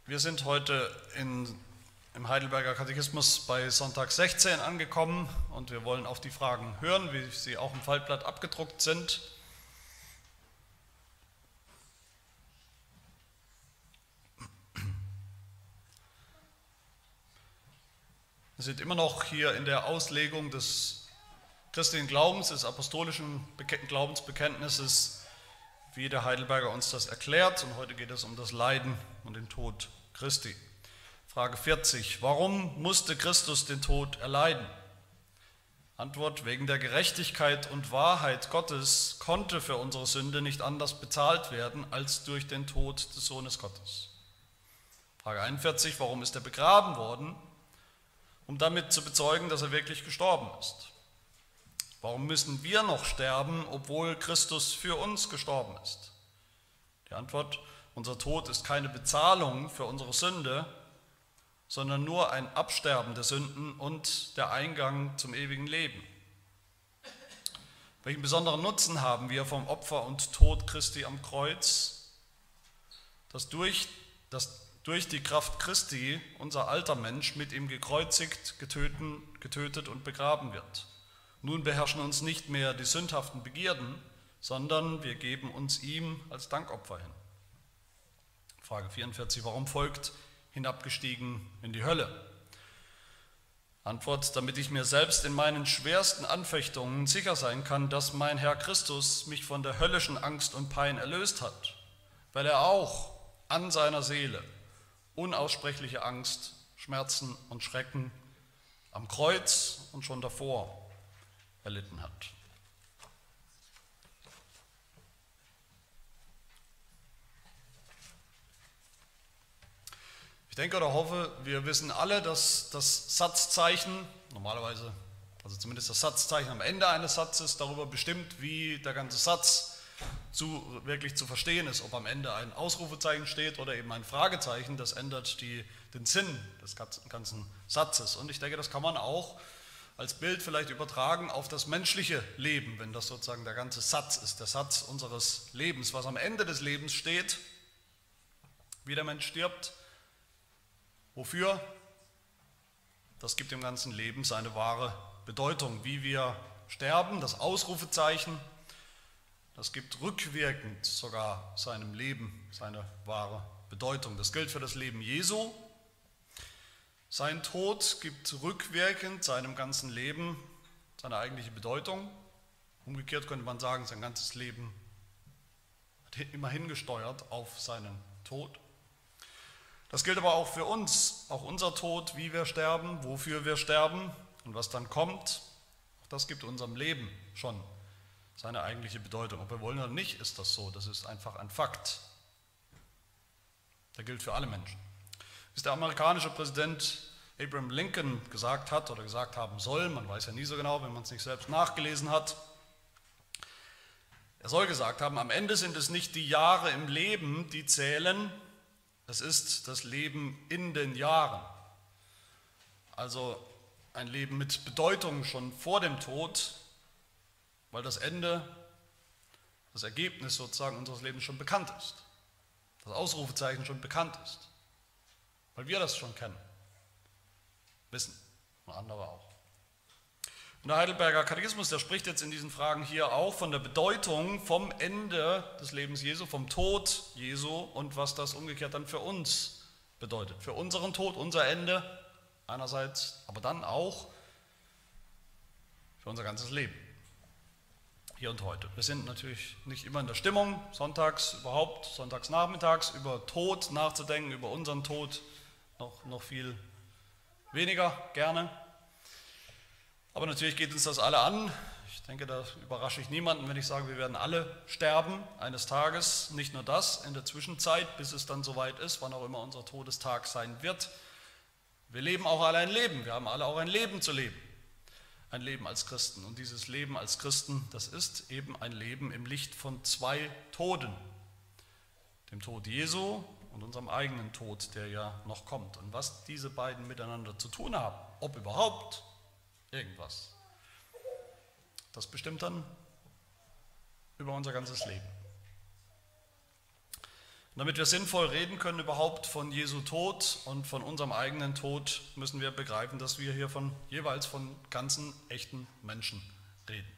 Wir sind heute im Heidelberger Katechismus bei Sonntag 16 angekommen und wir wollen auf die Fragen hören, wie sie auch im Faltblatt abgedruckt sind. Wir sind immer noch hier in der Auslegung des christlichen Glaubens, des apostolischen Glaubensbekenntnisses, wie der Heidelberger uns das erklärt. Und heute geht es um das Leiden und den Tod Christi. Frage 40. Warum musste Christus den Tod erleiden? Antwort: Wegen der Gerechtigkeit und Wahrheit Gottes konnte für unsere Sünde nicht anders bezahlt werden als durch den Tod des Sohnes Gottes. Frage 41. Warum ist er begraben worden? Um damit zu bezeugen, dass er wirklich gestorben ist. Warum müssen wir noch sterben, obwohl Christus für uns gestorben ist? Die Antwort: Unser Tod ist keine Bezahlung für unsere Sünde, sondern nur ein Absterben der Sünden und der Eingang zum ewigen Leben. Welchen besonderen Nutzen haben wir vom Opfer und Tod Christi am Kreuz? Dass durch die Kraft Christi unser alter Mensch mit ihm gekreuzigt, getötet und begraben wird. Nun beherrschen uns nicht mehr die sündhaften Begierden, sondern wir geben uns ihm als Dankopfer hin. Frage 44. Warum folgt hinabgestiegen in die Hölle? Antwort: Damit ich mir selbst in meinen schwersten Anfechtungen sicher sein kann, dass mein Herr Christus mich von der höllischen Angst und Pein erlöst hat, weil er auch an seiner Seele unaussprechliche Angst, Schmerzen und Schrecken am Kreuz und schon davor erlitten hat. Ich denke oder hoffe, wir wissen alle, dass das Satzzeichen, normalerweise, also zumindest das Satzzeichen am Ende eines Satzes, darüber bestimmt, wie der ganze Satz wirklich zu verstehen ist. Ob am Ende ein Ausrufezeichen steht oder eben ein Fragezeichen, das ändert den Sinn des ganzen Satzes. Und ich denke, das kann man auch als Bild vielleicht übertragen auf das menschliche Leben, wenn das sozusagen der ganze Satz ist, der Satz unseres Lebens, was am Ende des Lebens steht, wie der Mensch stirbt. Wofür? Das gibt dem ganzen Leben seine wahre Bedeutung. Wie wir sterben, das Ausrufezeichen, das gibt rückwirkend sogar seinem Leben seine wahre Bedeutung. Das gilt für das Leben Jesu. Sein Tod gibt rückwirkend seinem ganzen Leben seine eigentliche Bedeutung. Umgekehrt könnte man sagen, sein ganzes Leben hat immer hingesteuert auf seinen Tod. Das gilt aber auch für uns, auch unser Tod, wie wir sterben, wofür wir sterben und was dann kommt. Auch das gibt unserem Leben schon seine eigentliche Bedeutung. Ob wir wollen oder nicht, ist das so. Das ist einfach ein Fakt. Der gilt für alle Menschen. Wie es der amerikanische Präsident Abraham Lincoln gesagt hat oder gesagt haben soll, man weiß ja nie so genau, wenn man es nicht selbst nachgelesen hat. Er soll gesagt haben, am Ende sind es nicht die Jahre im Leben, die zählen, es ist das Leben in den Jahren. Also ein Leben mit Bedeutung schon vor dem Tod, weil das Ende, das Ergebnis sozusagen unseres Lebens schon bekannt ist. Das Ausrufezeichen schon bekannt ist. Weil wir das schon kennen, wissen und andere auch. Und der Heidelberger Katechismus, der spricht jetzt in diesen Fragen hier auch von der Bedeutung vom Ende des Lebens Jesu, vom Tod Jesu und was das umgekehrt dann für uns bedeutet. Für unseren Tod, unser Ende einerseits, aber dann auch für unser ganzes Leben. Hier und heute. Wir sind natürlich nicht immer in der Stimmung, sonntags nachmittags über Tod nachzudenken, über unseren Tod noch viel weniger gerne. Aber natürlich geht uns das alle an. Ich denke, da überrasche ich niemanden, wenn ich sage, wir werden alle sterben eines Tages. Nicht nur das, in der Zwischenzeit, bis es dann soweit ist, wann auch immer unser Todestag sein wird. Wir leben auch alle ein Leben. Wir haben alle auch ein Leben zu leben. Ein Leben als Christen. Und dieses Leben als Christen, das ist eben ein Leben im Licht von zwei Toden. Dem Tod Jesu und unserem eigenen Tod, der ja noch kommt. Und was diese beiden miteinander zu tun haben, ob überhaupt irgendwas, das bestimmt dann über unser ganzes Leben. Und damit wir sinnvoll reden können überhaupt von Jesu Tod und von unserem eigenen Tod, müssen wir begreifen, dass wir hier jeweils von ganzen, echten Menschen reden.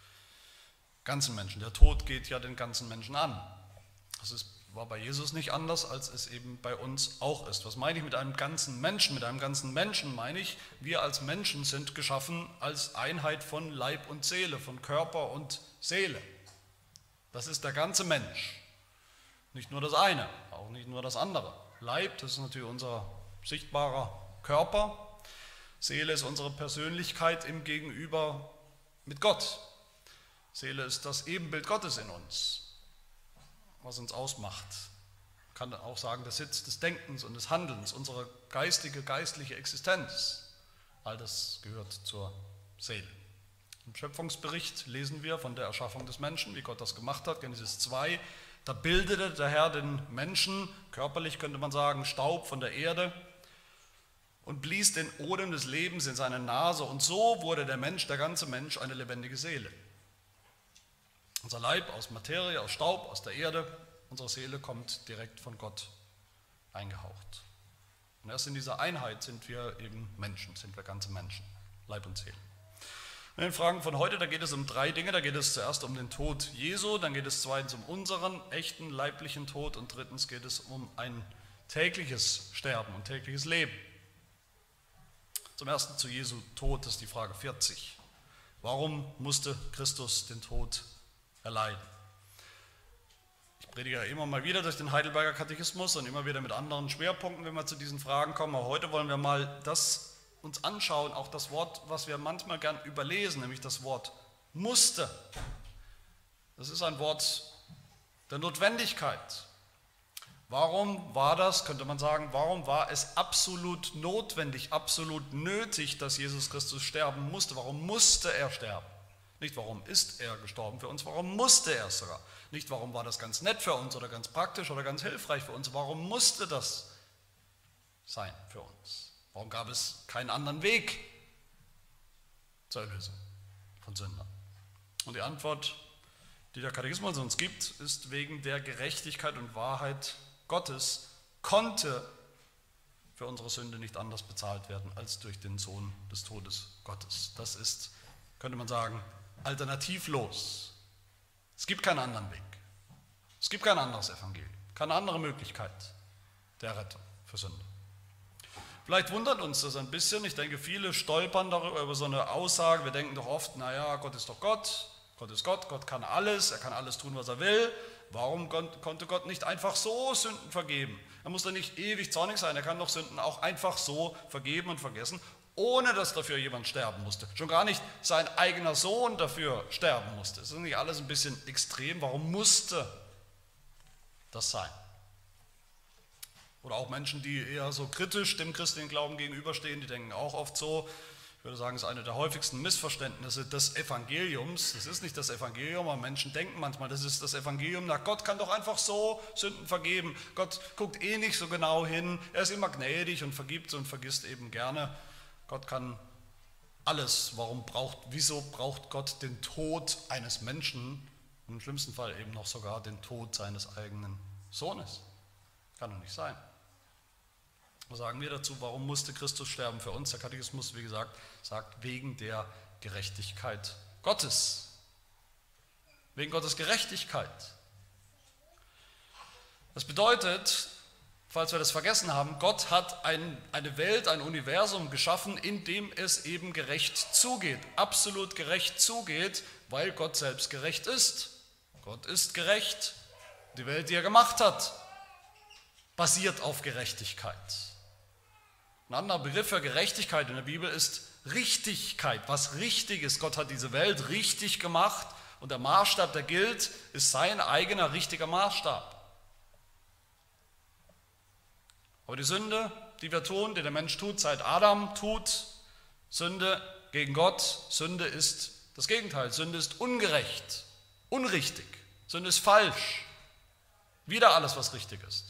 Ganzen Menschen. Der Tod geht ja den ganzen Menschen an. War bei Jesus nicht anders, als es eben bei uns auch ist. Was meine ich mit einem ganzen Menschen? Mit einem ganzen Menschen meine ich, wir als Menschen sind geschaffen als Einheit von Leib und Seele, von Körper und Seele. Das ist der ganze Mensch. Nicht nur das eine, auch nicht nur das andere. Leib, das ist natürlich unser sichtbarer Körper. Seele ist unsere Persönlichkeit im Gegenüber mit Gott. Seele ist das Ebenbild Gottes in uns, was uns ausmacht. Man kann auch sagen, der Sitz des Denkens und des Handelns, unsere geistliche Existenz. All das gehört zur Seele. Im Schöpfungsbericht lesen wir von der Erschaffung des Menschen, wie Gott das gemacht hat, Genesis 2. Da bildete der Herr den Menschen, körperlich könnte man sagen, Staub von der Erde und blies den Odem des Lebens in seine Nase. Und so wurde der Mensch, der ganze Mensch, eine lebendige Seele. Unser Leib aus Materie, aus Staub, aus der Erde, unsere Seele kommt direkt von Gott eingehaucht. Und erst in dieser Einheit sind wir eben Menschen, sind wir ganze Menschen, Leib und Seele. In den Fragen von heute, da geht es um 3 Dinge. Da geht es zuerst um den Tod Jesu, dann geht es zweitens um unseren echten leiblichen Tod und drittens geht es um ein tägliches Sterben und tägliches Leben. Zum ersten zu Jesu Tod ist die Frage 40. Warum musste Christus den Tod erleiden? Ich predige ja immer mal wieder durch den Heidelberger Katechismus und immer wieder mit anderen Schwerpunkten, wenn wir zu diesen Fragen kommen. Aber heute wollen wir mal das uns anschauen, auch das Wort, was wir manchmal gern überlesen, nämlich das Wort musste. Das ist ein Wort der Notwendigkeit. Warum war das, könnte man sagen, warum war es absolut notwendig, absolut nötig, dass Jesus Christus sterben musste? Warum musste er sterben? Nicht, warum ist er gestorben für uns, warum musste er es sogar? Nicht, warum war das ganz nett für uns oder ganz praktisch oder ganz hilfreich für uns, warum musste das sein für uns? Warum gab es keinen anderen Weg zur Erlösung von Sündern? Und die Antwort, die der Katechismus uns gibt, ist: wegen der Gerechtigkeit und Wahrheit Gottes konnte für unsere Sünde nicht anders bezahlt werden als durch den Sohn des Todes Gottes. Das ist, könnte man sagen, alternativlos. Es gibt keinen anderen Weg. Es gibt kein anderes Evangelium, keine andere Möglichkeit der Rettung für Sünder. Vielleicht wundert uns das ein bisschen. Ich denke, viele stolpern darüber, über so eine Aussage. Wir denken doch oft, naja, Gott ist doch Gott. Gott ist Gott, Gott kann alles, er kann alles tun, was er will. Warum konnte Gott nicht einfach so Sünden vergeben? Er muss doch nicht ewig zornig sein, er kann doch Sünden auch einfach so vergeben und vergessen, ohne dass dafür jemand sterben musste. Schon gar nicht sein eigener Sohn dafür sterben musste. Das ist nicht alles ein bisschen extrem. Warum musste das sein? Oder auch Menschen, die eher so kritisch dem christlichen Glauben gegenüberstehen, die denken auch oft so. Ich würde sagen, es ist eine der häufigsten Missverständnisse des Evangeliums. Das ist nicht das Evangelium, aber Menschen denken manchmal, das ist das Evangelium. Na, Gott kann doch einfach so Sünden vergeben. Gott guckt eh nicht so genau hin. Er ist immer gnädig und vergibt und vergisst eben gerne. Gott kann alles. Wieso braucht Gott den Tod eines Menschen? Und im schlimmsten Fall eben noch sogar den Tod seines eigenen Sohnes. Kann doch nicht sein. Was sagen wir dazu? Warum musste Christus sterben für uns? Der Katechismus, wie gesagt, sagt, wegen der Gerechtigkeit Gottes. Wegen Gottes Gerechtigkeit. Das bedeutet, falls wir das vergessen haben, Gott hat eine Welt, ein Universum geschaffen, in dem es eben gerecht zugeht, absolut gerecht zugeht, weil Gott selbst gerecht ist. Gott ist gerecht. Die Welt, die er gemacht hat, basiert auf Gerechtigkeit. Ein anderer Begriff für Gerechtigkeit in der Bibel ist Richtigkeit, was richtig ist. Gott hat diese Welt richtig gemacht und der Maßstab, der gilt, ist sein eigener richtiger Maßstab. Aber die Sünde, die wir tun, die der Mensch tut, seit Adam tut, Sünde gegen Gott, Sünde ist das Gegenteil. Sünde ist ungerecht, unrichtig. Sünde ist falsch. Wieder alles, was richtig ist.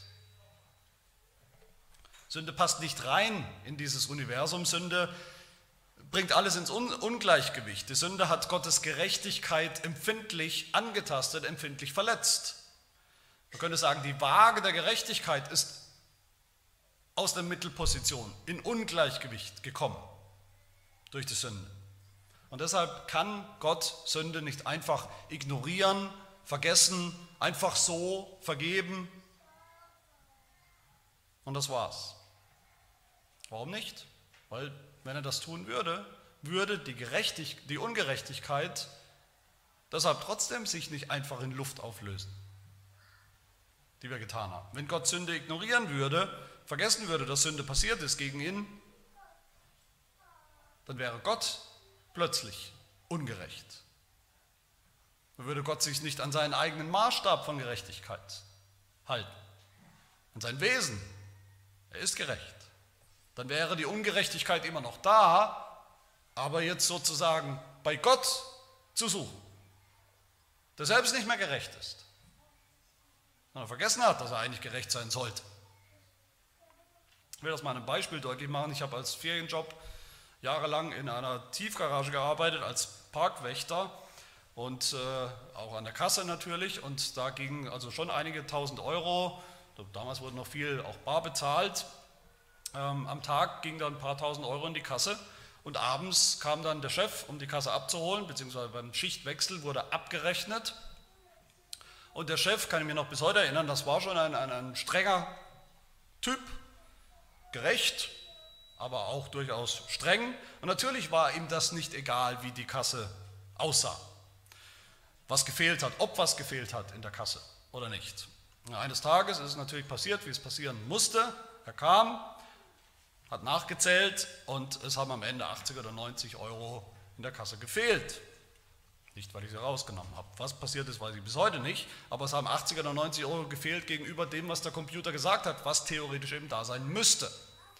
Sünde passt nicht rein in dieses Universum. Sünde bringt alles ins Ungleichgewicht. Die Sünde hat Gottes Gerechtigkeit empfindlich angetastet, empfindlich verletzt. Man könnte sagen, die Waage der Gerechtigkeit ist aus der Mittelposition in Ungleichgewicht gekommen durch die Sünde. Und deshalb kann Gott Sünde nicht einfach ignorieren, vergessen, einfach so vergeben. Und das war's. Warum nicht? Weil, wenn er das tun würde, würde die Ungerechtigkeit deshalb trotzdem sich nicht einfach in Luft auflösen, die wir getan haben. Wenn Gott Sünde ignorieren würde, vergessen würde, dass Sünde passiert ist gegen ihn, dann wäre Gott plötzlich ungerecht. Dann würde Gott sich nicht an seinen eigenen Maßstab von Gerechtigkeit halten, an sein Wesen. Er ist gerecht. Dann wäre die Ungerechtigkeit immer noch da, aber jetzt sozusagen bei Gott zu suchen, der selbst nicht mehr gerecht ist, sondern vergessen hat, dass er eigentlich gerecht sein sollte. Ich will das mal an einem Beispiel deutlich machen. Ich habe als Ferienjob jahrelang in einer Tiefgarage gearbeitet, als Parkwächter und auch an der Kasse natürlich. Und da gingen also schon einige tausend Euro, damals wurde noch viel auch bar bezahlt, am Tag ging dann ein paar tausend Euro in die Kasse. Und abends kam dann der Chef, um die Kasse abzuholen, beziehungsweise beim Schichtwechsel wurde abgerechnet. Und der Chef, kann ich mir noch bis heute erinnern, das war schon ein strenger Typ, gerecht, aber auch durchaus streng. Und natürlich war ihm das nicht egal, wie die Kasse aussah, was gefehlt hat, ob was gefehlt hat in der Kasse oder nicht. Und eines Tages ist es natürlich passiert, wie es passieren musste. Er kam, hat nachgezählt und es haben am Ende 80 oder 90 Euro in der Kasse gefehlt. Nicht, weil ich sie rausgenommen habe. Was passiert ist, weiß ich bis heute nicht, aber es haben 80 oder 90 Euro gefehlt gegenüber dem, was der Computer gesagt hat, was theoretisch eben da sein müsste.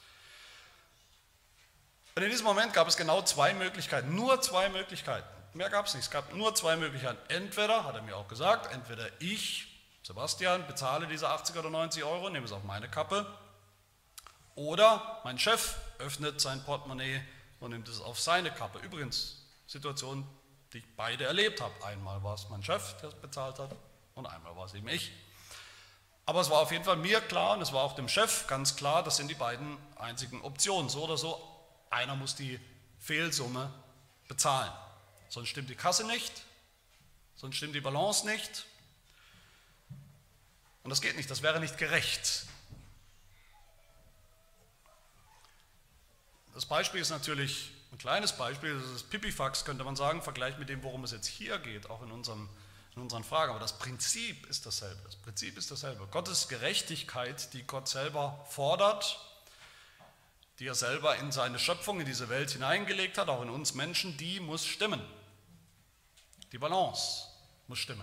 Und in diesem Moment gab es genau zwei Möglichkeiten, nur zwei Möglichkeiten. Mehr gab es nicht, es gab nur zwei Möglichkeiten. Entweder, hat er mir auch gesagt, entweder ich, Sebastian, bezahle diese 80 oder 90 Euro, nehme es auf meine Kappe, oder mein Chef öffnet sein Portemonnaie und nimmt es auf seine Kappe. Übrigens, Situation, die ich beide erlebt habe. Einmal war es mein Chef, der es bezahlt hat, und einmal war es eben ich. Aber es war auf jeden Fall mir klar und es war auch dem Chef ganz klar, das sind die beiden einzigen Optionen. So oder so, einer muss die Fehlsumme bezahlen. Sonst stimmt die Kasse nicht, sonst stimmt die Balance nicht. Und das geht nicht, das wäre nicht gerecht. Das Beispiel ist natürlich ein kleines Beispiel, das ist Pipifax, könnte man sagen, im Vergleich mit dem, worum es jetzt hier geht, auch in unseren Fragen. Aber das Prinzip ist dasselbe. Das Prinzip ist dasselbe. Gottes Gerechtigkeit, die Gott selber fordert, die er selber in seine Schöpfung, in diese Welt hineingelegt hat, auch in uns Menschen, die muss stimmen. Die Balance muss stimmen.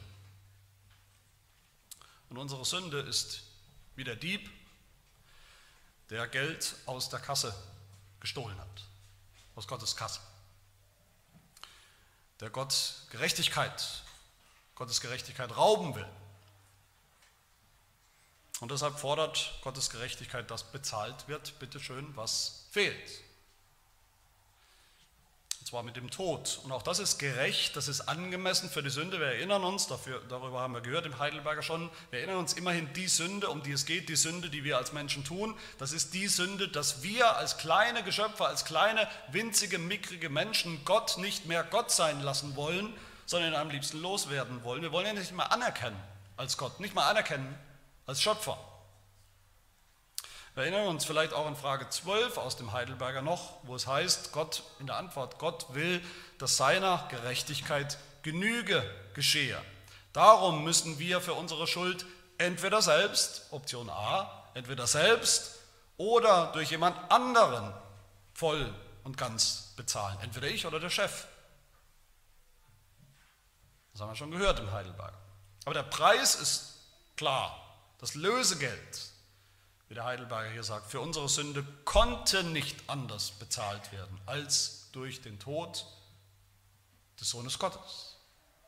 Und unsere Sünde ist wie der Dieb, der Geld aus der Kasse gestohlen hat, aus Gottes Kasse. Der Gottes Gerechtigkeit rauben will. Und deshalb fordert Gottes Gerechtigkeit, dass bezahlt wird, bitteschön, was fehlt. Und zwar mit dem Tod. Und auch das ist gerecht, das ist angemessen für die Sünde. Wir erinnern uns, darüber haben wir gehört im Heidelberger schon, wir erinnern uns immerhin die Sünde, um die es geht, die Sünde, die wir als Menschen tun. Das ist die Sünde, dass wir als kleine Geschöpfe, als kleine, winzige, mickrige Menschen Gott nicht mehr Gott sein lassen wollen, sondern ihn am liebsten loswerden wollen. Wir wollen ihn nicht mehr anerkennen als Gott, nicht mal anerkennen als Schöpfer. Wir erinnern uns vielleicht auch an Frage 12 aus dem Heidelberger noch, wo es heißt, Gott in der Antwort, Gott will, dass seiner Gerechtigkeit Genüge geschehe. Darum müssen wir für unsere Schuld entweder selbst, Option A, entweder selbst oder durch jemand anderen voll und ganz bezahlen. Entweder ich oder der Chef. Das haben wir schon gehört im Heidelberger. Aber der Preis ist klar. Das Lösegeld, wie der Heidelberger hier sagt, für unsere Sünde konnte nicht anders bezahlt werden als durch den Tod des Sohnes Gottes.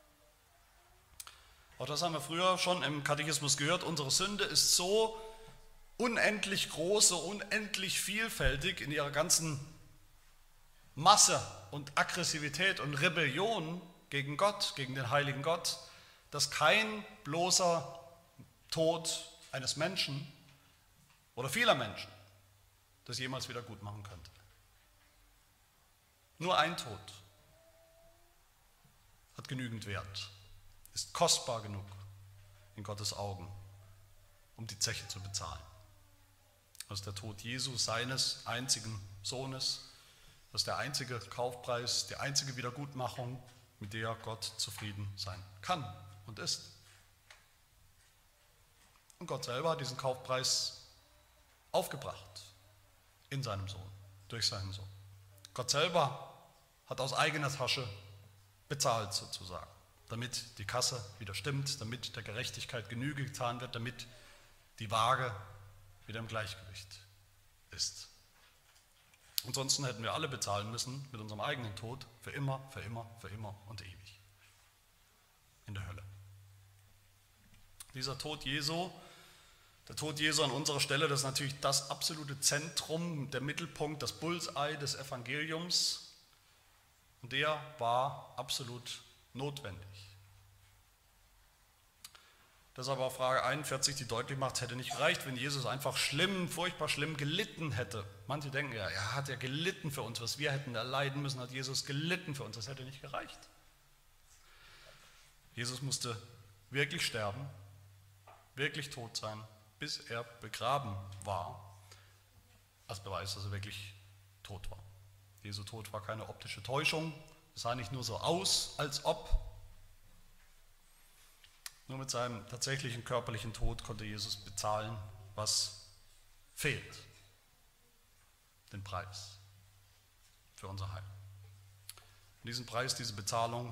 Auch das haben wir früher schon im Katechismus gehört. Unsere Sünde ist so unendlich groß, so unendlich vielfältig in ihrer ganzen Masse und Aggressivität und Rebellion gegen Gott, gegen den heiligen Gott, dass kein bloßer Tod eines Menschen oder vieler Menschen das jemals wieder gut machen könnte. Nur ein Tod hat genügend Wert, ist kostbar genug in Gottes Augen, um die Zeche zu bezahlen. Das ist der Tod Jesu, seines einzigen Sohnes. Das ist der einzige Kaufpreis, die einzige Wiedergutmachung, mit der Gott zufrieden sein kann und ist. Und Gott selber hat diesen Kaufpreis aufgebracht in seinem Sohn, durch seinen Sohn. Gott selber hat aus eigener Tasche bezahlt sozusagen, damit die Kasse wieder stimmt, damit der Gerechtigkeit Genüge getan wird, damit die Waage wieder im Gleichgewicht ist. Ansonsten hätten wir alle bezahlen müssen mit unserem eigenen Tod für immer, für immer, für immer und ewig in der Hölle. Dieser Tod Jesu, der Tod Jesu an unserer Stelle, das ist natürlich das absolute Zentrum, der Mittelpunkt, das Bullseye des Evangeliums. Und der war absolut notwendig. Deshalb auch Frage 41, die deutlich macht, es hätte nicht gereicht, wenn Jesus einfach furchtbar schlimm gelitten hätte. Manche denken, ja, er hat ja gelitten für uns, was wir hätten erleiden müssen, hat Jesus gelitten für uns, das hätte nicht gereicht. Jesus musste wirklich sterben, wirklich tot sein, bis er begraben war, als Beweis, dass er wirklich tot war. Jesu Tod war keine optische Täuschung, es sah nicht nur so aus, als ob. Nur mit seinem tatsächlichen körperlichen Tod konnte Jesus bezahlen, was fehlt. Den Preis für unser Heil. Und diesen Preis, diese Bezahlung,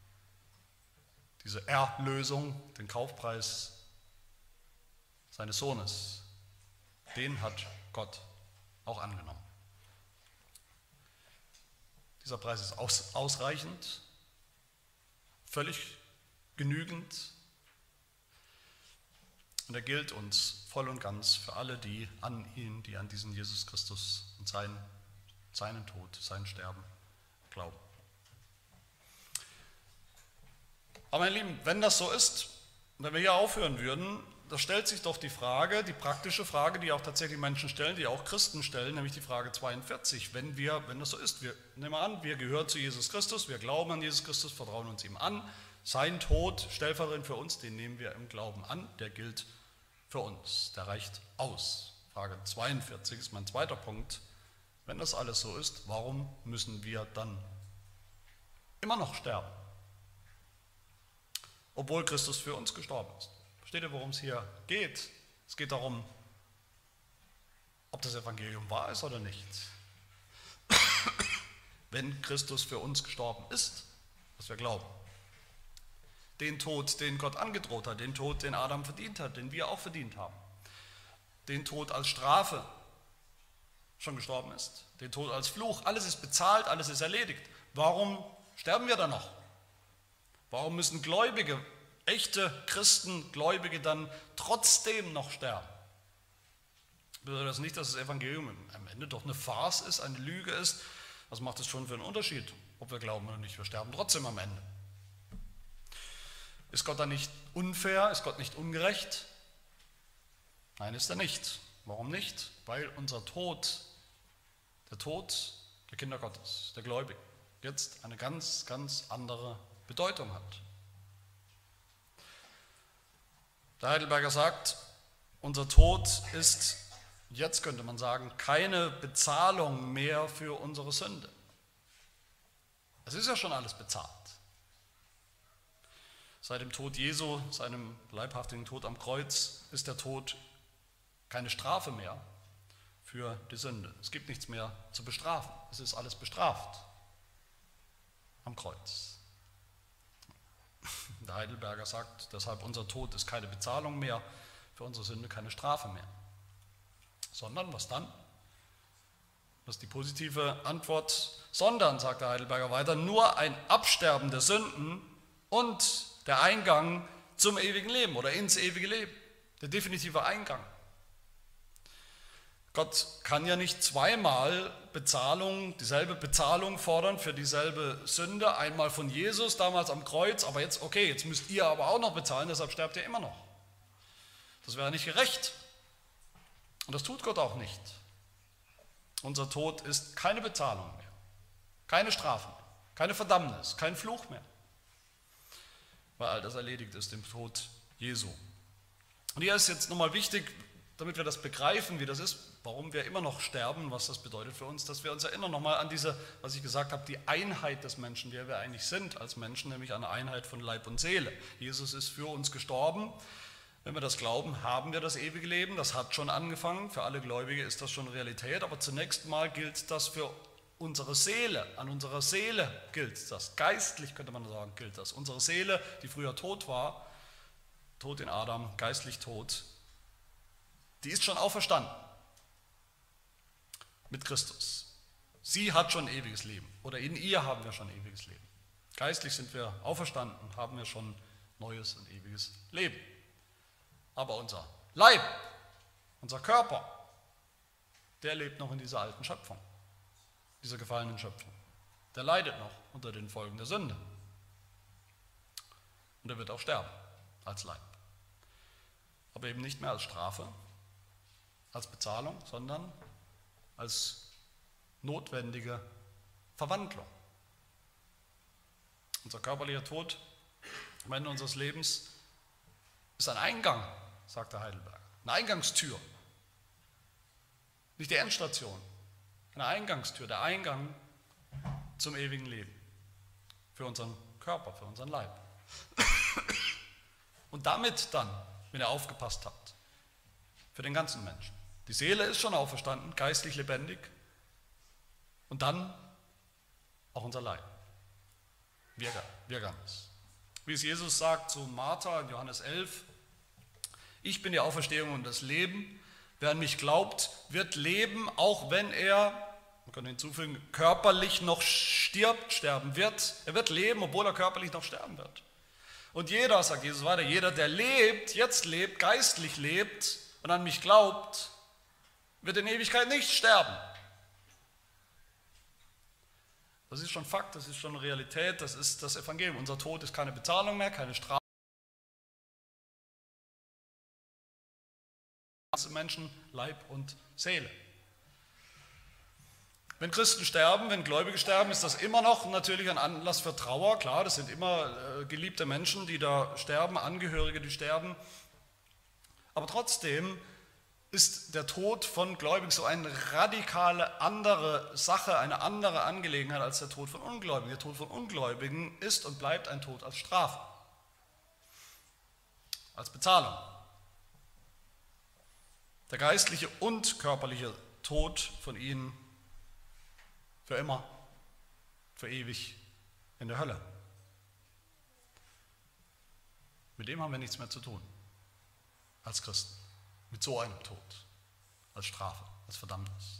diese Erlösung, den Kaufpreis seines Sohnes, den hat Gott auch angenommen. Dieser Preis ist ausreichend, völlig genügend. Und er gilt uns voll und ganz für alle, die an diesen Jesus Christus und seinen Tod, sein Sterben glauben. Aber meine Lieben, wenn das so ist, wenn wir hier aufhören würden, da stellt sich doch die Frage, die praktische Frage, die auch tatsächlich Menschen stellen, die auch Christen stellen, nämlich die Frage 42. Wenn das so ist, wir nehmen an, wir gehören zu Jesus Christus, wir glauben an Jesus Christus, vertrauen uns ihm an, sein Tod, stellvertretend für uns, den nehmen wir im Glauben an, der gilt für uns, der reicht aus. Frage 42 ist mein zweiter Punkt. Wenn das alles so ist, warum müssen wir dann immer noch sterben? Obwohl Christus für uns gestorben ist. Versteht ihr, worum es hier geht? Es geht darum, ob das Evangelium wahr ist oder nicht. Wenn Christus für uns gestorben ist, was wir glauben, den Tod, den Gott angedroht hat, den Tod, den Adam verdient hat, den wir auch verdient haben, den Tod als Strafe schon gestorben ist, den Tod als Fluch, alles ist bezahlt, alles ist erledigt. Warum sterben wir dann noch? Warum müssen Gläubige, echte Christen, Gläubige dann trotzdem noch sterben? Bedeutet das nicht, dass das Evangelium am Ende doch eine Farce ist, eine Lüge ist? Was macht es schon für einen Unterschied, ob wir glauben oder nicht? Wir sterben trotzdem am Ende. Ist Gott dann nicht unfair? Ist Gott nicht ungerecht? Nein, ist er nicht. Warum nicht? Weil unser Tod, der Tod der Kinder Gottes, der Gläubigen, jetzt eine ganz, ganz andere Bedeutung hat. Der Heidelberger sagt, unser Tod ist, jetzt könnte man sagen, keine Bezahlung mehr für unsere Sünde. Es ist ja schon alles bezahlt. Seit dem Tod Jesu, seinem leibhaftigen Tod am Kreuz, ist der Tod keine Strafe mehr für die Sünde. Es gibt nichts mehr zu bestrafen. Es ist alles bestraft am Kreuz. Der Heidelberger sagt deshalb, unser Tod ist keine Bezahlung mehr für unsere Sünde, keine Strafe mehr. Sondern, was dann? Das ist die positive Antwort. Sondern, sagt der Heidelberger weiter, nur ein Absterben der Sünden und der Eingang zum ewigen Leben oder ins ewige Leben. Der definitive Eingang. Gott kann ja nicht zweimal dieselbe Bezahlung fordern für dieselbe Sünde. Einmal von Jesus, damals am Kreuz, aber jetzt müsst ihr aber auch noch bezahlen, deshalb sterbt ihr immer noch. Das wäre nicht gerecht. Und das tut Gott auch nicht. Unser Tod ist keine Bezahlung mehr, keine Strafe mehr, keine Verdammnis, kein Fluch mehr, weil all das erledigt ist im Tod Jesu. Und hier ist jetzt nochmal wichtig, damit wir das begreifen, wie das ist, warum wir immer noch sterben, was das bedeutet für uns, dass wir uns erinnern nochmal an diese, was ich gesagt habe, die Einheit des Menschen, der wir eigentlich sind als Menschen, nämlich eine Einheit von Leib und Seele. Jesus ist für uns gestorben. Wenn wir das glauben, haben wir das ewige Leben. Das hat schon angefangen. Für alle Gläubige ist das schon Realität. Aber zunächst mal gilt das für unsere Seele. An unserer Seele gilt das. Geistlich könnte man sagen, gilt das. Unsere Seele, die früher tot war, tot in Adam, geistlich tot, die ist schon auferstanden mit Christus. Sie hat schon ewiges Leben. Oder in ihr haben wir schon ewiges Leben. Geistlich sind wir auferstanden, haben wir schon neues und ewiges Leben. Aber unser Leib, unser Körper, der lebt noch in dieser alten Schöpfung, dieser gefallenen Schöpfung. Der leidet noch unter den Folgen der Sünde. Und er wird auch sterben als Leib. Aber eben nicht mehr als Strafe, als Bezahlung, sondern als notwendige Verwandlung. Unser körperlicher Tod am Ende unseres Lebens ist ein Eingang, sagt der Heidelberger, eine Eingangstür. Nicht die Endstation, eine Eingangstür, der Eingang zum ewigen Leben. Für unseren Körper, für unseren Leib. Und damit dann, wenn ihr aufgepasst habt, für den ganzen Menschen. Die Seele ist schon auferstanden, geistlich lebendig. Und dann auch unser Leib. Wir ganz. Wie es Jesus sagt zu Martha in Johannes 11, ich bin die Auferstehung und das Leben. Wer an mich glaubt, wird leben, auch wenn er, man kann hinzufügen, körperlich noch sterben wird. Er wird leben, obwohl er körperlich noch sterben wird. Und jeder, sagt Jesus weiter, jeder, der lebt, jetzt lebt, geistlich lebt und an mich glaubt, wird in Ewigkeit nicht sterben. Das ist schon Fakt, das ist schon Realität, das ist das Evangelium. Unser Tod ist keine Bezahlung mehr, keine Strafe. Menschen, Leib und Seele. Wenn Christen sterben, wenn Gläubige sterben, ist das immer noch natürlich ein Anlass für Trauer. Klar, das sind immer geliebte Menschen, die da sterben, Angehörige, die sterben. Aber trotzdem ist der Tod von Gläubigen so eine radikale andere Sache, eine andere Angelegenheit als der Tod von Ungläubigen. Der Tod von Ungläubigen ist und bleibt ein Tod als Strafe, als Bezahlung. Der geistliche und körperliche Tod von ihnen für immer, für ewig in der Hölle. Mit dem haben wir nichts mehr zu tun als Christen. Mit so einem Tod, als Strafe, als Verdammnis.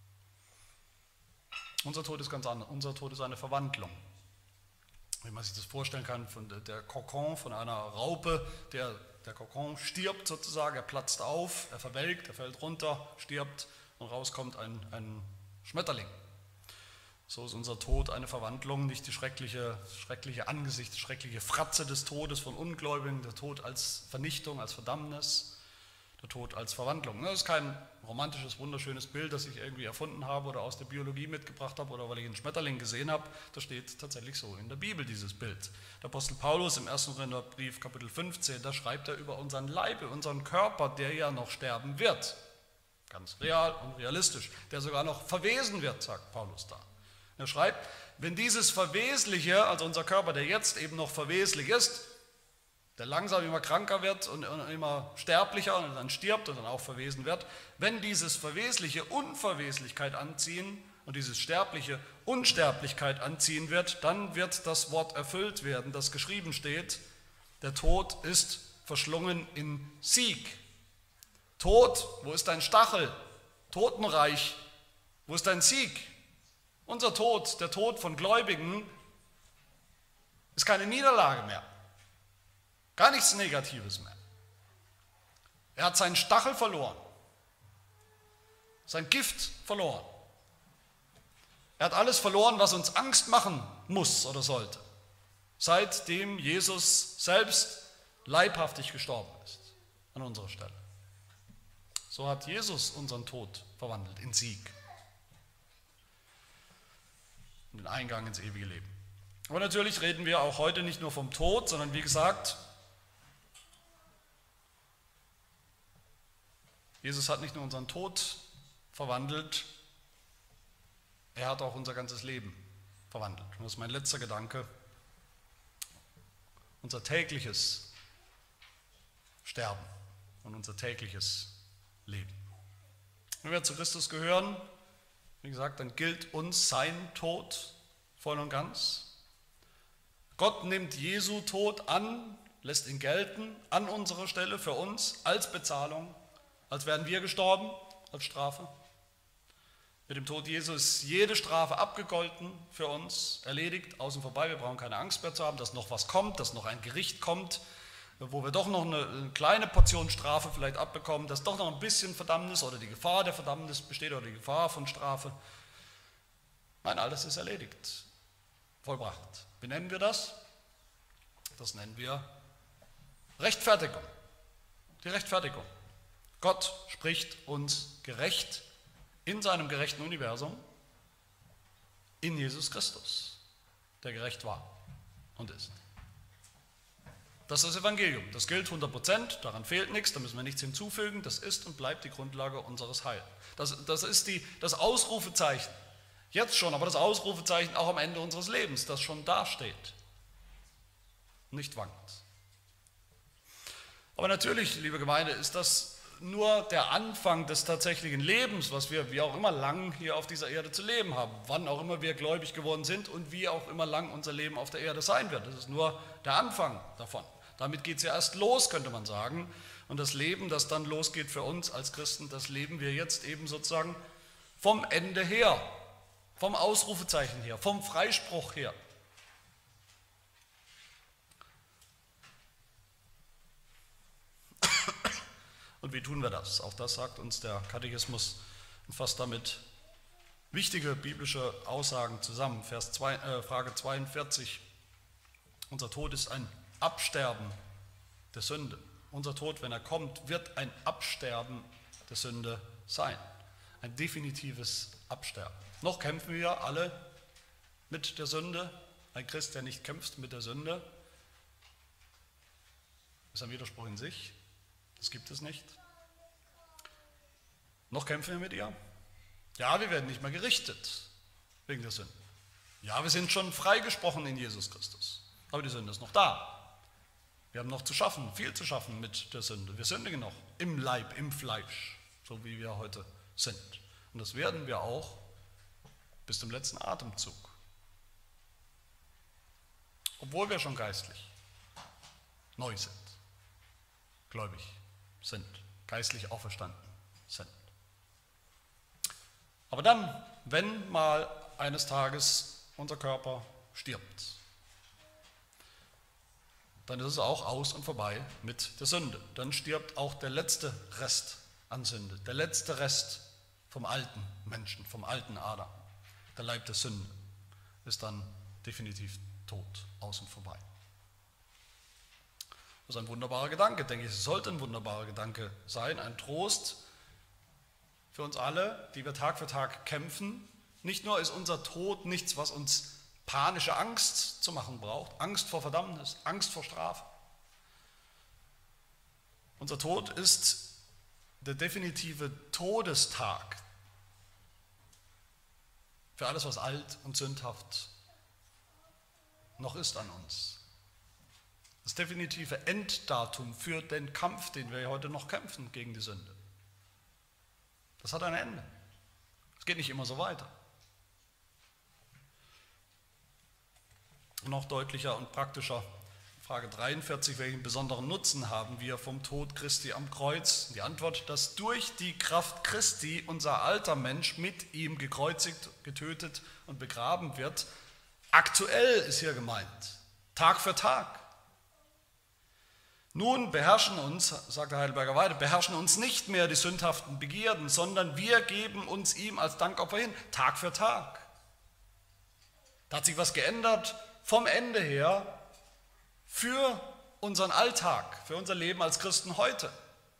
Unser Tod ist ganz anders. Unser Tod ist eine Verwandlung. Wie man sich das vorstellen kann, von der Kokon von einer Raupe, der Kokon stirbt sozusagen, er platzt auf, er verwelkt, er fällt runter, stirbt und rauskommt ein Schmetterling. So ist unser Tod eine Verwandlung, nicht die schreckliche Angesicht, die schreckliche Fratze des Todes von Ungläubigen, der Tod als Vernichtung, als Verdammnis, der Tod als Verwandlung. Das ist kein romantisches, wunderschönes Bild, das ich irgendwie erfunden habe oder aus der Biologie mitgebracht habe oder weil ich einen Schmetterling gesehen habe. Das steht tatsächlich so in der Bibel, dieses Bild. Der Apostel Paulus im 1. Korintherbrief, Kapitel 15, da schreibt er über unseren Leib, unseren Körper, der ja noch sterben wird. Ganz real und realistisch. Der sogar noch verwesen wird, sagt Paulus da. Er schreibt, wenn dieses Verwesliche, also unser Körper, der jetzt eben noch verweslich ist, der langsam immer kranker wird und immer sterblicher und dann stirbt und dann auch verwesen wird, wenn dieses Verwesliche Unverweslichkeit anziehen und dieses Sterbliche Unsterblichkeit anziehen wird, dann wird das Wort erfüllt werden, das geschrieben steht, der Tod ist verschlungen in Sieg. Tod, wo ist dein Stachel? Totenreich, wo ist dein Sieg? Unser Tod, der Tod von Gläubigen, ist keine Niederlage mehr. Gar nichts Negatives mehr. Er hat seinen Stachel verloren, sein Gift verloren. Er hat alles verloren, was uns Angst machen muss oder sollte, seitdem Jesus selbst leibhaftig gestorben ist. an unserer Stelle. So hat Jesus unseren Tod verwandelt in Sieg und den Eingang ins ewige Leben. Aber natürlich reden wir auch heute nicht nur vom Tod, sondern wie gesagt, Jesus hat nicht nur unseren Tod verwandelt, er hat auch unser ganzes Leben verwandelt. Und das ist mein letzter Gedanke. Unser tägliches Sterben und unser tägliches Leben. Wenn wir zu Christus gehören, wie gesagt, dann gilt uns sein Tod voll und ganz. Gott nimmt Jesu Tod an, lässt ihn gelten an unserer Stelle für uns als Bezahlung, als wären wir gestorben, als Strafe. Mit dem Tod Jesu ist jede Strafe abgegolten für uns, erledigt, außen vorbei. Wir brauchen keine Angst mehr zu haben, dass noch was kommt, dass noch ein Gericht kommt, wo wir doch noch eine kleine Portion Strafe vielleicht abbekommen, dass doch noch ein bisschen Verdammnis oder die Gefahr der Verdammnis besteht oder die Gefahr von Strafe. Nein, alles ist erledigt, vollbracht. Wie nennen wir das? Das nennen wir Rechtfertigung. Die Rechtfertigung. Gott spricht uns gerecht in seinem gerechten Universum in Jesus Christus, der gerecht war und ist. Das ist das Evangelium. Das gilt 100%, daran fehlt nichts, da müssen wir nichts hinzufügen. Das ist und bleibt die Grundlage unseres Heils. Das ist das Ausrufezeichen. Jetzt schon, aber das Ausrufezeichen auch am Ende unseres Lebens, das schon dasteht. Nicht wankt. Aber natürlich, liebe Gemeinde, ist das nur der Anfang des tatsächlichen Lebens, was wir wie auch immer lang hier auf dieser Erde zu leben haben. Wann auch immer wir gläubig geworden sind und wie auch immer lang unser Leben auf der Erde sein wird. Das ist nur der Anfang davon. Damit geht es ja erst los, könnte man sagen. Und das Leben, das dann losgeht für uns als Christen, das leben wir jetzt eben sozusagen vom Ende her, vom Ausrufezeichen her, vom Freispruch her. Und wie tun wir das? Auch das sagt uns der Katechismus und fasst damit wichtige biblische Aussagen zusammen. Frage 42. Unser Tod ist ein Absterben der Sünde. Unser Tod, wenn er kommt, wird ein Absterben der Sünde sein. Ein definitives Absterben. Noch kämpfen wir alle mit der Sünde. Ein Christ, der nicht kämpft mit der Sünde, ist ein Widerspruch in sich. Das gibt es nicht. Noch kämpfen wir mit ihr. Ja, wir werden nicht mehr gerichtet wegen der Sünde. Ja, wir sind schon freigesprochen in Jesus Christus. Aber die Sünde ist noch da. Wir haben noch zu schaffen, viel zu schaffen mit der Sünde. Wir sündigen noch im Leib, im Fleisch, so wie wir heute sind. Und das werden wir auch bis zum letzten Atemzug. Obwohl wir schon geistlich neu sind, gläubig sind, geistlich auferstanden sind. Aber dann, wenn mal eines Tages unser Körper stirbt, dann ist es auch aus und vorbei mit der Sünde. Dann stirbt auch der letzte Rest an Sünde, der letzte Rest vom alten Menschen, vom alten Adam. Der Leib der Sünde ist dann definitiv tot, aus und vorbei. Das ist ein wunderbarer Gedanke, denke ich. Es sollte ein wunderbarer Gedanke sein, ein Trost für uns alle, die wir Tag für Tag kämpfen. Nicht nur ist unser Tod nichts, was uns panische Angst zu machen braucht, Angst vor Verdammnis, Angst vor Strafe. Unser Tod ist der definitive Todestag für alles, was alt und sündhaft noch ist an uns. Das definitive Enddatum für den Kampf, den wir heute noch kämpfen gegen die Sünde. Das hat ein Ende. Es geht nicht immer so weiter. Noch deutlicher und praktischer, Frage 43, welchen besonderen Nutzen haben wir vom Tod Christi am Kreuz? Die Antwort, dass durch die Kraft Christi unser alter Mensch mit ihm gekreuzigt, getötet und begraben wird. Aktuell ist hier gemeint, Tag für Tag. Nun beherrschen uns, sagt der Heidelberger weiter, beherrschen uns nicht mehr die sündhaften Begierden, sondern wir geben uns ihm als Dankopfer hin, Tag für Tag. Da hat sich was geändert vom Ende her für unseren Alltag, für unser Leben als Christen heute.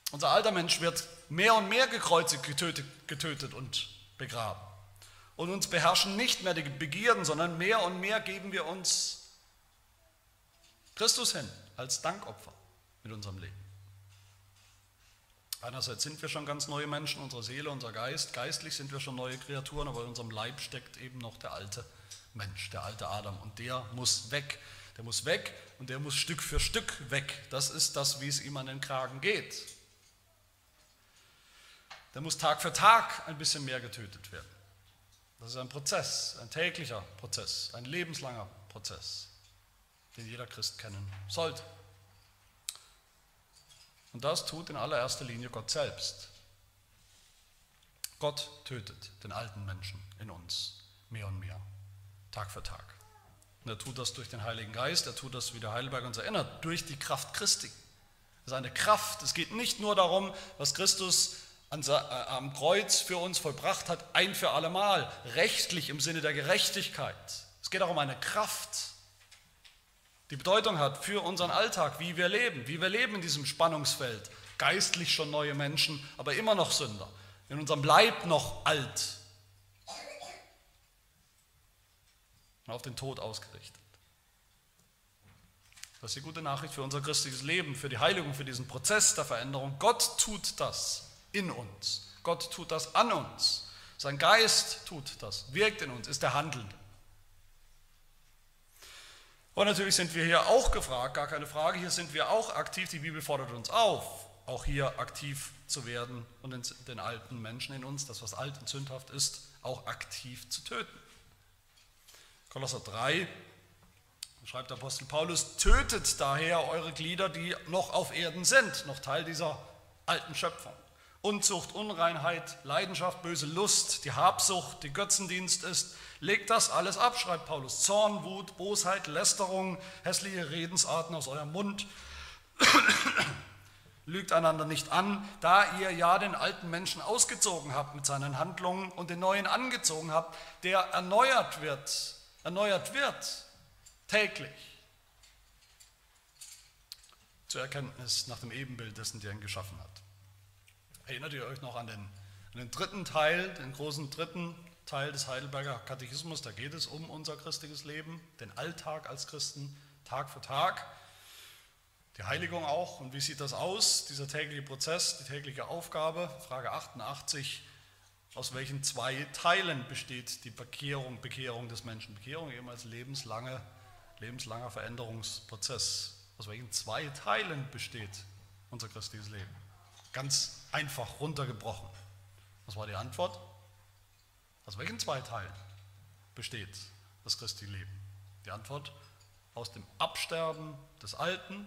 Unser alter Mensch wird mehr und mehr gekreuzigt, getötet und begraben. Und uns beherrschen nicht mehr die Begierden, sondern mehr und mehr geben wir uns Christus hin als Dankopfer mit unserem Leben. Einerseits sind wir schon ganz neue Menschen, unsere Seele, unser Geist. Geistlich sind wir schon neue Kreaturen, aber in unserem Leib steckt eben noch der alte Mensch, der alte Adam. Und der muss weg. Der muss weg und der muss Stück für Stück weg. Das ist das, wie es ihm an den Kragen geht. Der muss Tag für Tag ein bisschen mehr getötet werden. Das ist ein Prozess, ein täglicher Prozess, ein lebenslanger Prozess, den jeder Christ kennen sollte. Und das tut in allererster Linie Gott selbst. Gott tötet den alten Menschen in uns mehr und mehr, Tag für Tag. Und er tut das durch den Heiligen Geist, er tut das, wie der Heidelberg uns erinnert, durch die Kraft Christi. Das ist eine Kraft. Es geht nicht nur darum, was Christus am Kreuz für uns vollbracht hat, ein für allemal, rechtlich im Sinne der Gerechtigkeit. Es geht auch um eine Kraft, die Bedeutung hat für unseren Alltag, wie wir leben in diesem Spannungsfeld. Geistlich schon neue Menschen, aber immer noch Sünder. In unserem Leib noch alt und auf den Tod ausgerichtet. Das ist die gute Nachricht für unser christliches Leben, für die Heiligung, für diesen Prozess der Veränderung. Gott tut das in uns. Gott tut das an uns. Sein Geist tut das, wirkt in uns, ist der Handelnde. Und natürlich sind wir hier auch gefragt, gar keine Frage, hier sind wir auch aktiv, die Bibel fordert uns auf, auch hier aktiv zu werden und den alten Menschen in uns, das was alt und sündhaft ist, auch aktiv zu töten. Kolosser 3 schreibt der Apostel Paulus, tötet daher eure Glieder, die noch auf Erden sind, noch Teil dieser alten Schöpfung. Unzucht, Unreinheit, Leidenschaft, böse Lust, die Habsucht, die Götzendienst ist, legt das alles ab, schreibt Paulus. Zorn, Wut, Bosheit, Lästerung, hässliche Redensarten aus eurem Mund. Lügt einander nicht an, da ihr ja den alten Menschen ausgezogen habt mit seinen Handlungen und den neuen angezogen habt, der erneuert wird, täglich. Zur Erkenntnis nach dem Ebenbild dessen, der ihn geschaffen hat. Erinnert ihr euch noch an den dritten Teil, den großen dritten Teil des Heidelberger Katechismus? Da geht es um unser christliches Leben, den Alltag als Christen, Tag für Tag, die Heiligung auch. Und wie sieht das aus, dieser tägliche Prozess, die tägliche Aufgabe? Frage 88, aus welchen zwei Teilen besteht die Bekehrung des Menschen? Bekehrung eben als lebenslanger Veränderungsprozess. Aus welchen zwei Teilen besteht unser christliches Leben? Ganz einfach runtergebrochen. Was war die Antwort? Aus welchen zwei Teilen besteht das christliche Leben? Die Antwort: aus dem Absterben des Alten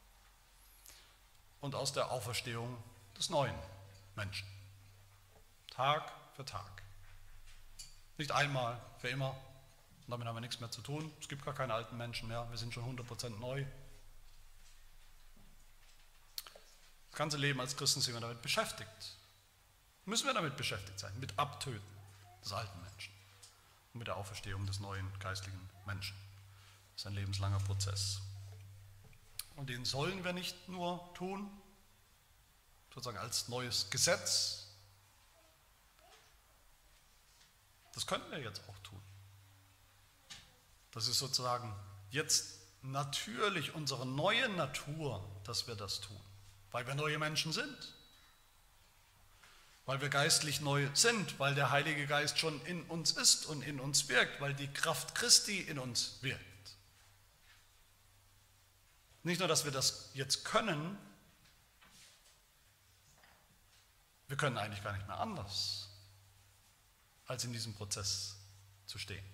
und aus der Auferstehung des neuen Menschen. Tag für Tag. Nicht einmal, für immer. Und damit haben wir nichts mehr zu tun. Es gibt gar keine alten Menschen mehr. Wir sind schon 100% neu. Das ganze Leben als Christen sind wir damit beschäftigt. Müssen wir damit beschäftigt sein, mit Abtöten des alten Menschen und mit der Auferstehung des neuen geistlichen Menschen. Das ist ein lebenslanger Prozess. Und den sollen wir nicht nur tun, sozusagen als neues Gesetz. Das können wir jetzt auch tun. Das ist sozusagen jetzt natürlich unsere neue Natur, dass wir das tun. Weil wir neue Menschen sind, weil wir geistlich neu sind, weil der Heilige Geist schon in uns ist und in uns wirkt, weil die Kraft Christi in uns wirkt. Nicht nur, dass wir das jetzt können, wir können eigentlich gar nicht mehr anders, als in diesem Prozess zu stehen.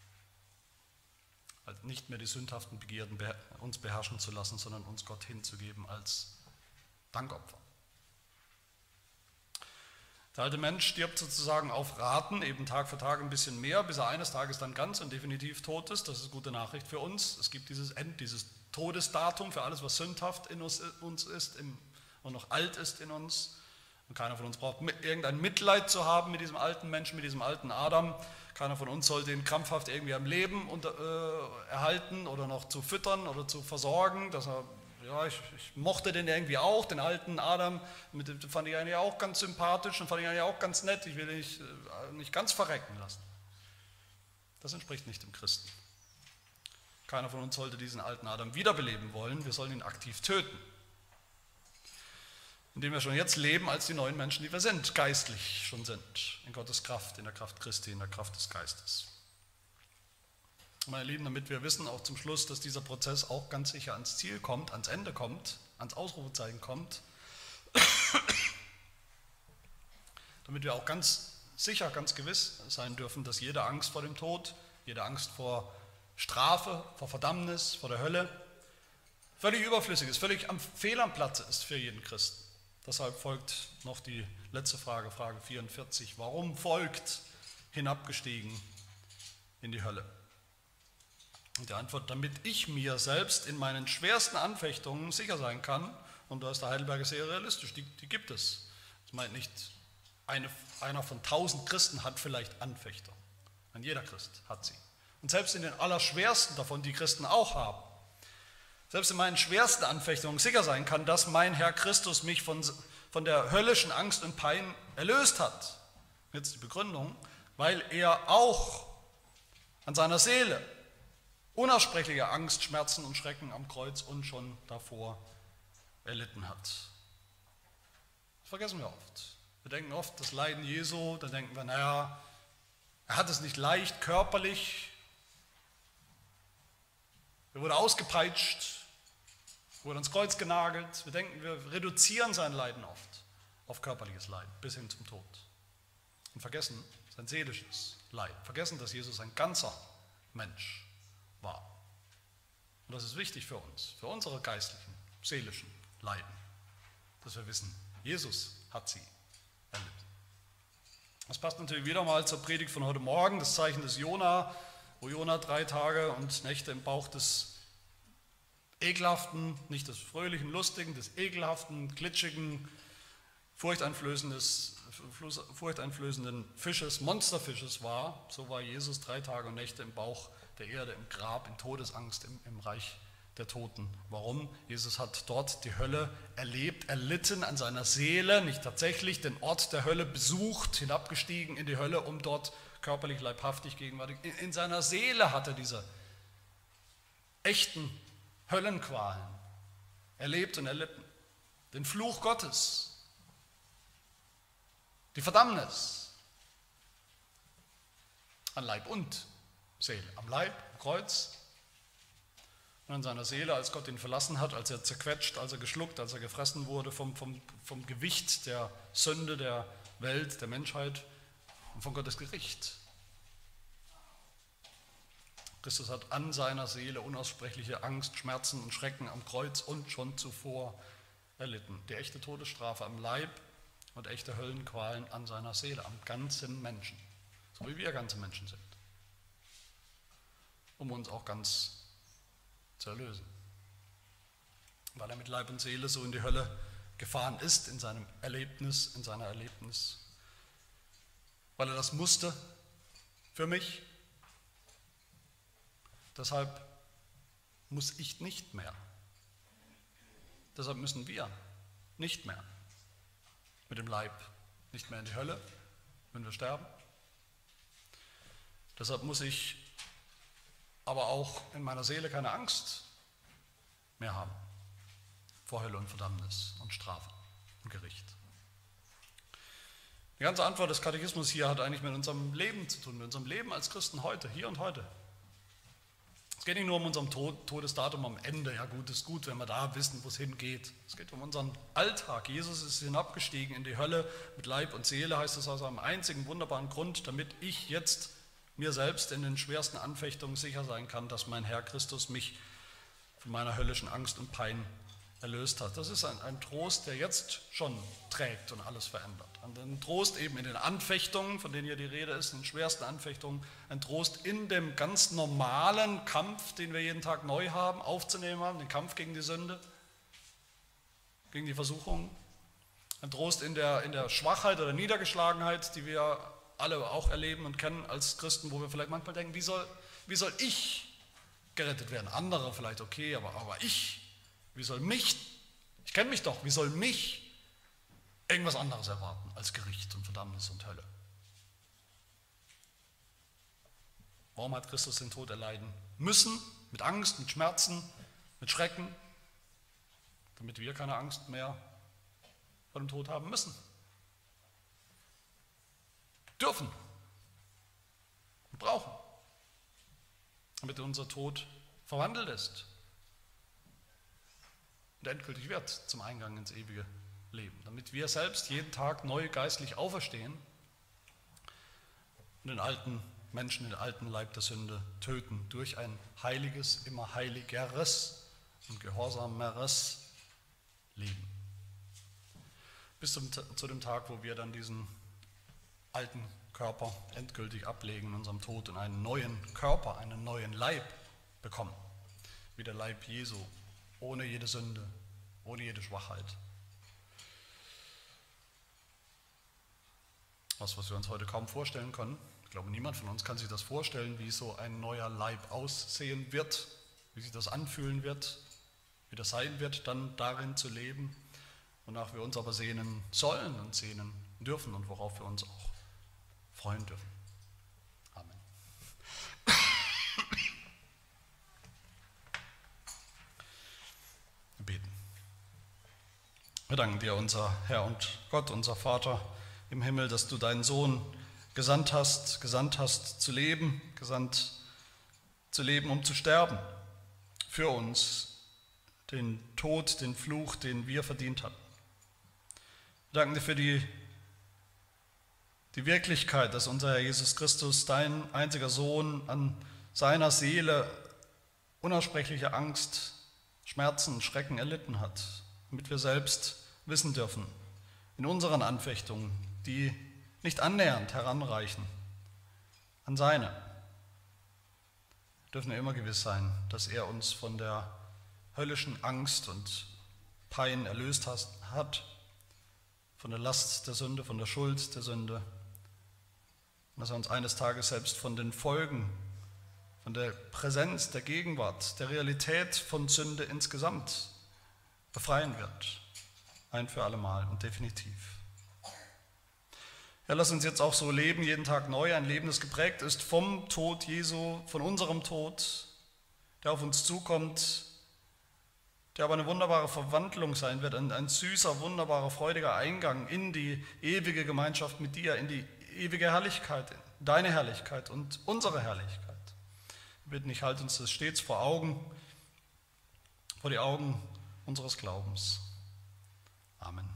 Also nicht mehr die sündhaften Begierden uns beherrschen zu lassen, sondern uns Gott hinzugeben als Dankopfer. Der alte Mensch stirbt sozusagen auf Raten, eben Tag für Tag ein bisschen mehr, bis er eines Tages dann ganz und definitiv tot ist. Das ist gute Nachricht für uns. Es gibt dieses Todesdatum für alles, was sündhaft in uns ist und noch alt ist in uns. Und keiner von uns braucht irgendein Mitleid zu haben mit diesem alten Menschen, mit diesem alten Adam. Keiner von uns sollte ihn krampfhaft irgendwie am Leben erhalten oder noch zu füttern oder zu versorgen, dass er Ja, ich mochte den irgendwie auch, den alten Adam, den fand ich eigentlich auch ganz sympathisch und fand ich eigentlich auch ganz nett. Ich will ihn nicht ganz verrecken lassen. Das entspricht nicht dem Christen. Keiner von uns sollte diesen alten Adam wiederbeleben wollen. Wir sollen ihn aktiv töten, indem wir schon jetzt leben als die neuen Menschen, die wir sind, geistlich schon sind, in Gottes Kraft, in der Kraft Christi, in der Kraft des Geistes. Meine Lieben, damit wir wissen auch zum Schluss, dass dieser Prozess auch ganz sicher ans Ziel kommt, ans Ende kommt, ans Ausrufezeichen kommt, damit wir auch ganz sicher, ganz gewiss sein dürfen, dass jede Angst vor dem Tod, jede Angst vor Strafe, vor Verdammnis, vor der Hölle völlig überflüssig ist, völlig fehl am Platze ist für jeden Christen. Deshalb folgt noch die letzte Frage, Frage 44. Warum folgt hinabgestiegen in die Hölle? Und die Antwort, damit ich mir selbst in meinen schwersten Anfechtungen sicher sein kann, und da ist der Heidelberger sehr realistisch, die gibt es. Das meint nicht, einer von 1000 Christen hat vielleicht Anfechtung. Nein, jeder Christ hat sie. Und selbst in den allerschwersten davon, die Christen auch haben, selbst in meinen schwersten Anfechtungen sicher sein kann, dass mein Herr Christus mich von der höllischen Angst und Pein erlöst hat. Jetzt die Begründung, weil er auch an seiner Seele unaussprechliche Angst, Schmerzen und Schrecken am Kreuz und schon davor erlitten hat. Das vergessen wir oft. Wir denken oft, das Leiden Jesu, da denken wir, naja, er hat es nicht leicht körperlich, er wurde ausgepeitscht, wurde ans Kreuz genagelt. Wir denken, wir reduzieren sein Leiden oft auf körperliches Leid bis hin zum Tod und vergessen sein seelisches Leid, vergessen, dass Jesus ein ganzer Mensch war. Und das ist wichtig für uns, für unsere geistlichen, seelischen Leiden, dass wir wissen, Jesus hat sie erlitten. Das passt natürlich wieder mal zur Predigt von heute Morgen, das Zeichen des Jona, wo Jona 3 Tage und Nächte im Bauch des ekelhaften, nicht des fröhlichen, lustigen, des ekelhaften, glitschigen, furchteinflößenden Fisches, Monsterfisches war. So war Jesus 3 Tage und Nächte im Bauch der Erde, im Grab, in Todesangst, im Reich der Toten. Warum? Jesus hat dort die Hölle erlebt, erlitten an seiner Seele, nicht tatsächlich den Ort der Hölle besucht, hinabgestiegen in die Hölle, um dort körperlich, leibhaftig, gegenwärtig. In seiner Seele hat er diese echten Höllenqualen erlebt und erlitten. Den Fluch Gottes, die Verdammnis an Leib und Seele. Am Leib, am Kreuz und an seiner Seele, als Gott ihn verlassen hat, als er zerquetscht, als er geschluckt, als er gefressen wurde vom Gewicht der Sünde der Welt, der Menschheit und von Gottes Gericht. Christus hat an seiner Seele unaussprechliche Angst, Schmerzen und Schrecken am Kreuz und schon zuvor erlitten. Die echte Todesstrafe am Leib und echte Höllenqualen an seiner Seele, am ganzen Menschen, so wie wir ganze Menschen sind, um uns auch ganz zu erlösen. Weil er mit Leib und Seele so in die Hölle gefahren ist, in seiner Erlebnis, weil er das musste für mich. Deshalb muss ich nicht mehr. Deshalb müssen wir nicht mehr mit dem Leib, nicht mehr in die Hölle, wenn wir sterben. Deshalb muss ich aber auch in meiner Seele keine Angst mehr haben vor Hölle und Verdammnis und Strafe und Gericht. Die ganze Antwort des Katechismus hier hat eigentlich mit unserem Leben zu tun, mit unserem Leben als Christen heute, hier und heute. Es geht nicht nur um unserem Todesdatum am Ende, ja gut, ist gut, wenn wir da wissen, wo es hingeht. Es geht um unseren Alltag. Jesus ist hinabgestiegen in die Hölle mit Leib und Seele, heißt es aus einem einzigen wunderbaren Grund, damit ich jetzt mir selbst in den schwersten Anfechtungen sicher sein kann, dass mein Herr Christus mich von meiner höllischen Angst und Pein erlöst hat. Das ist ein Trost, der jetzt schon trägt und alles verändert. Ein Trost eben in den Anfechtungen, von denen hier die Rede ist, in den schwersten Anfechtungen. Ein Trost in dem ganz normalen Kampf, den wir jeden Tag neu haben, aufzunehmen haben, den Kampf gegen die Sünde, gegen die Versuchung. Ein Trost in der Schwachheit oder Niedergeschlagenheit, die wir alle auch erleben und kennen als Christen, wo wir vielleicht manchmal denken, wie soll ich gerettet werden? Andere vielleicht okay, aber ich, Ich kenne mich doch, wie soll mich irgendwas anderes erwarten als Gericht und Verdammnis und Hölle? Warum hat Christus den Tod erleiden müssen? Mit Angst, mit Schmerzen, mit Schrecken, damit wir keine Angst mehr vor dem Tod haben müssen. Dürfen und brauchen, damit unser Tod verwandelt ist und endgültig wird zum Eingang ins ewige Leben, damit wir selbst jeden Tag neu geistlich auferstehen und den alten Menschen, den alten Leib der Sünde töten durch ein heiliges, immer heiligeres und gehorsameres Leben. Bis zu dem Tag, wo wir dann diesen alten Körper endgültig ablegen in unserem Tod und einen neuen Körper, einen neuen Leib bekommen, wie der Leib Jesu, ohne jede Sünde, ohne jede Schwachheit. Was wir uns heute kaum vorstellen können. Ich glaube, niemand von uns kann sich das vorstellen, wie so ein neuer Leib aussehen wird, wie sich das anfühlen wird, wie das sein wird, dann darin zu leben, wonach wir uns aber sehnen sollen und sehnen dürfen und worauf wir uns auch freuen dürfen. Amen. Wir beten. Wir danken dir, unser Herr und Gott, unser Vater im Himmel, dass du deinen Sohn gesandt hast zu leben, um zu sterben, für uns, den Tod, den Fluch, den wir verdient hatten. Wir danken dir für die Wirklichkeit, dass unser Herr Jesus Christus, dein einziger Sohn, an seiner Seele unaussprechliche Angst, Schmerzen, Schrecken erlitten hat, damit wir selbst wissen dürfen, in unseren Anfechtungen, die nicht annähernd heranreichen an seine, dürfen wir immer gewiss sein, dass er uns von der höllischen Angst und Pein erlöst hat, von der Last der Sünde, von der Schuld der Sünde, und dass er uns eines Tages selbst von den Folgen, von der Präsenz, der Gegenwart, der Realität von Sünde insgesamt befreien wird, ein für allemal und definitiv. Ja, lass uns jetzt auch so leben, jeden Tag neu, ein Leben, das geprägt ist vom Tod Jesu, von unserem Tod, der auf uns zukommt, der aber eine wunderbare Verwandlung sein wird, ein süßer, wunderbarer, freudiger Eingang in die ewige Gemeinschaft mit dir, in die ewige Herrlichkeit, deine Herrlichkeit und unsere Herrlichkeit. Wir bitten dich, halt uns das stets vor die Augen unseres Glaubens. Amen.